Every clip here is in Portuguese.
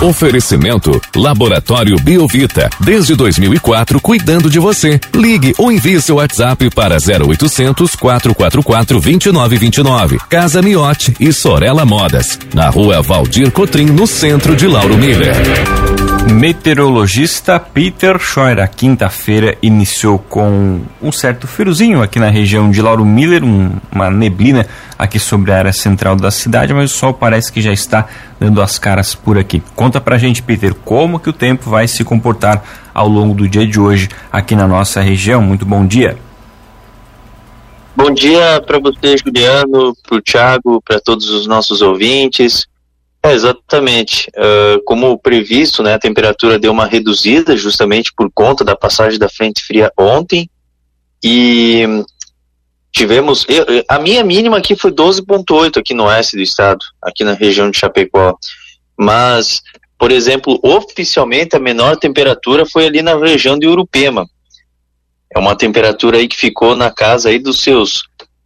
Oferecimento Laboratório Biovita. Desde 2004, cuidando de você. Ligue ou envie seu WhatsApp para 0800 444 2929. Casa Miotti e Sorella Modas. Na rua Valdir Cotrim, no centro de Lauro Miller. Meteorologista Peter Scheuer. A quinta-feira iniciou com um certo friozinho aqui na região de Lauro Miller, uma neblina aqui sobre a área central da cidade, mas o sol parece que já está dando as caras por aqui. Conta pra gente, Peter, como que o tempo vai se comportar ao longo do dia de hoje aqui na nossa região. Muito bom dia. Bom dia para você, Juliano, para o Thiago, para todos os nossos ouvintes. Exatamente. Como previsto, né, a temperatura deu uma reduzida justamente por conta da passagem da frente fria ontem. E tivemos... a minha mínima aqui foi 12,8 aqui no oeste do estado, aqui na região de Chapecó. Mas, por exemplo, oficialmente a menor temperatura foi ali na região de Urupema. É uma temperatura aí que ficou na casa aí dos seus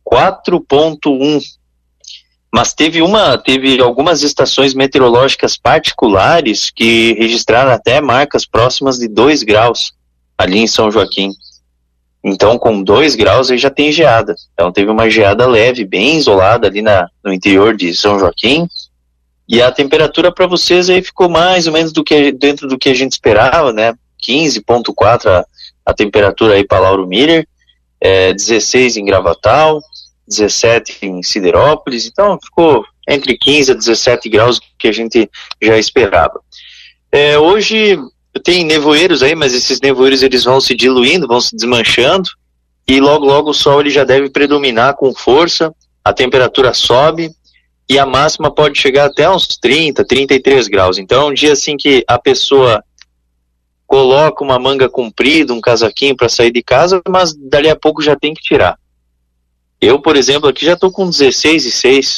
4,1. Mas teve algumas estações meteorológicas particulares que registraram até marcas próximas de 2 graus ali em São Joaquim. Então, com 2 graus aí já tem geada. Então, teve uma geada leve, bem isolada ali no interior de São Joaquim. E a temperatura para vocês aí ficou mais ou menos dentro do que a gente esperava, né? 15,4 a temperatura aí para Lauro Miller, 16 em Gravatal, 17 em Siderópolis, então ficou entre 15 a 17 graus que a gente já esperava. Hoje tem nevoeiros aí, mas esses nevoeiros eles vão se diluindo, vão se desmanchando, e logo logo o sol ele já deve predominar com força, a temperatura sobe, e a máxima pode chegar até uns 30, 33 graus. Então é um dia assim que a pessoa coloca uma manga comprida, um casaquinho para sair de casa, mas dali a pouco já tem que tirar. Eu, por exemplo, aqui já estou com 16,6.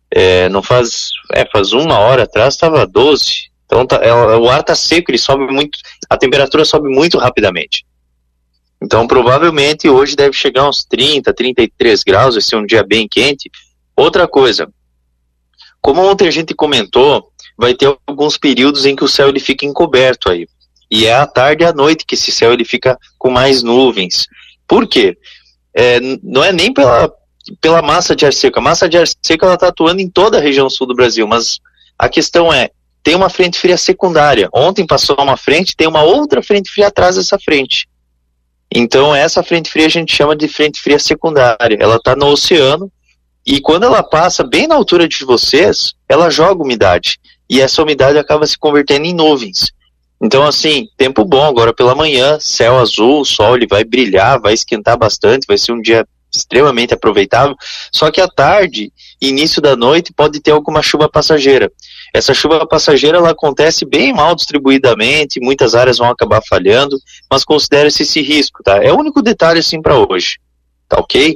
Faz uma hora atrás estava 12. Então o ar está seco, ele sobe muito, a temperatura sobe muito rapidamente. Então provavelmente hoje deve chegar uns 30, 33 graus, vai ser um dia bem quente. Outra coisa, como ontem a gente comentou, vai ter alguns períodos em que o céu ele fica encoberto aí. E é à tarde e à noite que esse céu ele fica com mais nuvens. Por quê? Não é nem pela massa de ar seco. A massa de ar seco ela está atuando em toda a região sul do Brasil, mas a questão tem uma frente fria secundária. Ontem passou uma frente, tem uma outra frente fria atrás dessa frente. Então essa frente fria a gente chama de frente fria secundária. Ela está no oceano e quando ela passa bem na altura de vocês, ela joga umidade. E essa umidade acaba se convertendo em nuvens. Então, assim, tempo bom agora pela manhã, céu azul, o sol ele vai brilhar, vai esquentar bastante, vai ser um dia extremamente aproveitável, só que à tarde, início da noite, pode ter alguma chuva passageira. Essa chuva passageira, ela acontece bem mal distribuidamente, muitas áreas vão acabar falhando, mas considere-se esse risco, tá? É o único detalhe, assim, para hoje, tá ok?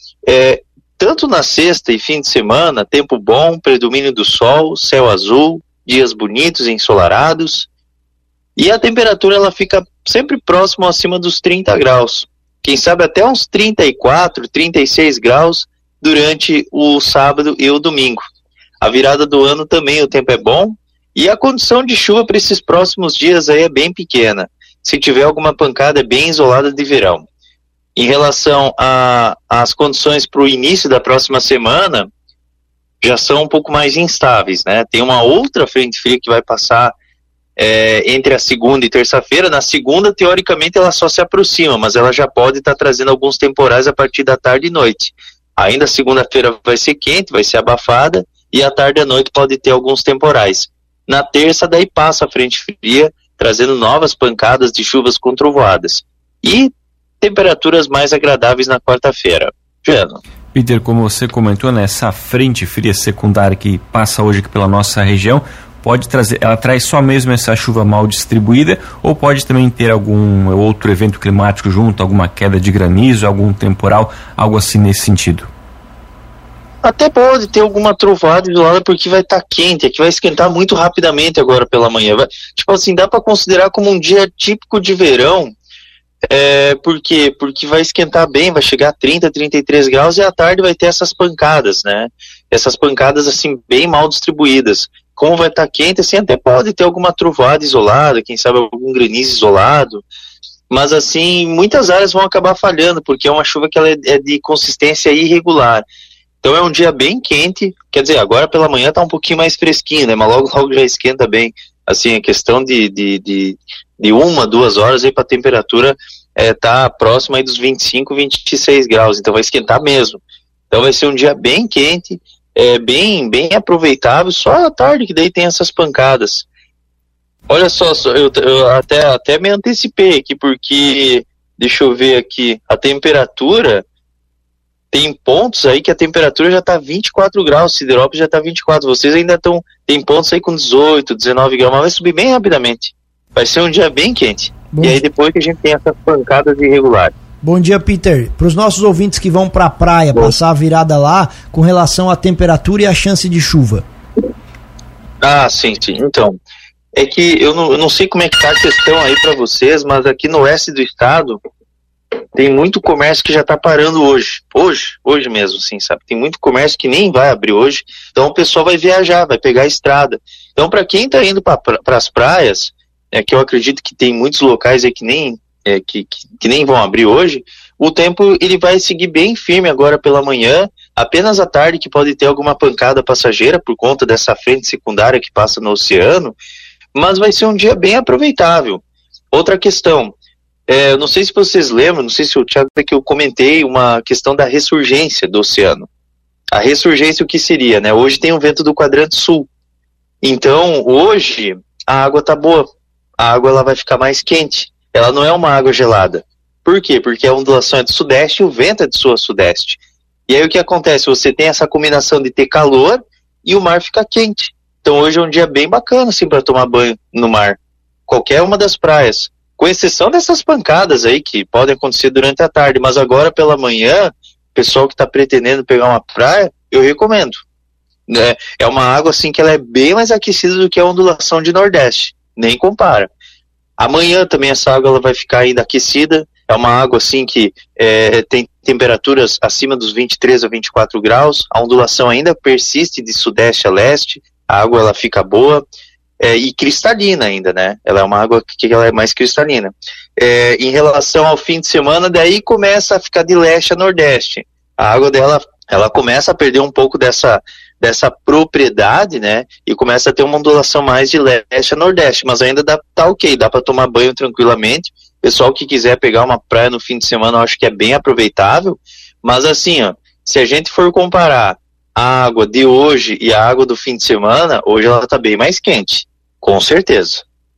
Tanto na sexta e fim de semana, tempo bom, predomínio do sol, céu azul, dias bonitos, ensolarados, e a temperatura ela fica sempre próximo acima dos 30 graus. Quem sabe até uns 34, 36 graus durante o sábado e o domingo. A virada do ano também o tempo é bom e a condição de chuva para esses próximos dias aí é bem pequena. Se tiver alguma pancada é bem isolada de verão. Em relação às condições para o início da próxima semana, já são um pouco mais instáveis, né? Tem uma outra frente fria que vai passar entre a segunda e terça-feira. Na segunda, teoricamente, ela só se aproxima, mas ela já pode estar trazendo alguns temporais a partir da tarde e noite. Ainda a segunda-feira vai ser quente, vai ser abafada, e à tarde e à noite pode ter alguns temporais. Na terça, daí passa a frente fria, trazendo novas pancadas de chuvas com trovoadas. E temperaturas mais agradáveis na quarta-feira. Juliano. Peter, como você comentou, né, essa frente fria secundária que passa hoje aqui pela nossa região, pode trazer, ela traz só mesmo essa chuva mal distribuída ou pode também ter algum outro evento climático junto, alguma queda de granizo, algum temporal, algo assim nesse sentido? Até pode ter alguma trovoada isolada porque vai estar quente, aqui vai esquentar muito rapidamente agora pela manhã. Tipo assim, dá para considerar como um dia típico de verão. Por quê? Porque vai esquentar bem, vai chegar a 30, 33 graus e à tarde vai ter essas pancadas, né? Essas pancadas assim bem mal distribuídas. como vai estar quente, assim, até pode ter alguma trovoada isolada, quem sabe algum granizo isolado, mas assim, muitas áreas vão acabar falhando, porque é uma chuva que ela é de consistência irregular. Então é um dia bem quente, quer dizer, agora pela manhã tá um pouquinho mais fresquinho, né, mas logo já esquenta bem, assim, a questão de 1-2 horas aí para a temperatura tá próxima aí dos 25, 26 graus, então vai esquentar mesmo. Então vai ser um dia bem quente, bem aproveitável, só à tarde que daí tem essas pancadas. Olha só, eu até me antecipei aqui, porque, deixa eu ver aqui, a temperatura, tem pontos aí que a temperatura já tá 24 graus, Siderópolis já tá 24, vocês ainda tem pontos aí com 18, 19 graus, mas vai subir bem rapidamente. Vai ser um dia bem quente. E aí depois que a gente tem essas pancadas irregulares. Bom dia, Peter. Para os nossos ouvintes que vão para a praia, passar a virada lá, com relação à temperatura e à chance de chuva. Ah, sim. Então, é que eu não sei como é que tá a questão aí para vocês, mas aqui no oeste do estado tem muito comércio que já tá parando hoje mesmo, assim, sabe? Tem muito comércio que nem vai abrir hoje, então o pessoal vai viajar, vai pegar a estrada. Então, para quem tá indo para as praias, que eu acredito que tem muitos locais aí que nem vão abrir hoje, o tempo ele vai seguir bem firme agora pela manhã, apenas à tarde que pode ter alguma pancada passageira por conta dessa frente secundária que passa no oceano, mas vai ser um dia bem aproveitável. Outra questão, eu não sei se vocês lembram, não sei se o Thiago que eu comentei uma questão da ressurgência do oceano. A ressurgência o que seria, né? Hoje tem o vento do quadrante sul, então hoje a água tá boa, a água ela vai ficar mais quente, ela não é uma água gelada. Por quê? Porque a ondulação é do sudeste e o vento é do sul-sudeste. E aí o que acontece? Você tem essa combinação de ter calor e o mar fica quente. Então hoje é um dia bem bacana assim para tomar banho no mar. Qualquer uma das praias. Com exceção dessas pancadas aí que podem acontecer durante a tarde. Mas agora pela manhã, pessoal que está pretendendo pegar uma praia, eu recomendo. É uma água assim que ela é bem mais aquecida do que a ondulação de nordeste. Nem compara. Amanhã também essa água ela vai ficar ainda aquecida. É uma água assim que tem temperaturas acima dos 23 a 24 graus, a ondulação ainda persiste de sudeste a leste, a água ela fica boa e cristalina ainda, né? Ela é uma água que ela é mais cristalina. Em relação ao fim de semana, daí começa a ficar de leste a nordeste. A água dela, ela começa a perder um pouco dessa propriedade, né? E começa a ter uma ondulação mais de leste a nordeste, mas ainda tá ok, dá para tomar banho tranquilamente. Pessoal que quiser pegar uma praia no fim de semana, eu acho que é bem aproveitável, mas assim, se a gente for comparar a água de hoje e a água do fim de semana, hoje ela tá bem mais quente, com certeza.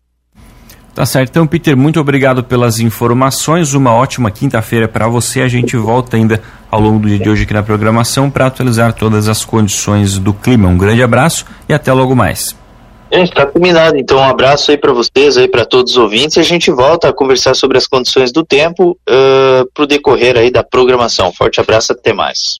Tá certo, então Peter, muito obrigado pelas informações, uma ótima quinta-feira para você, a gente volta ainda ao longo do dia de hoje aqui na programação para atualizar todas as condições do clima. Um grande abraço e até logo mais. Está combinado, então um abraço aí para vocês, aí para todos os ouvintes, e a gente volta a conversar sobre as condições do tempo pro decorrer aí da programação. Forte abraço, até mais.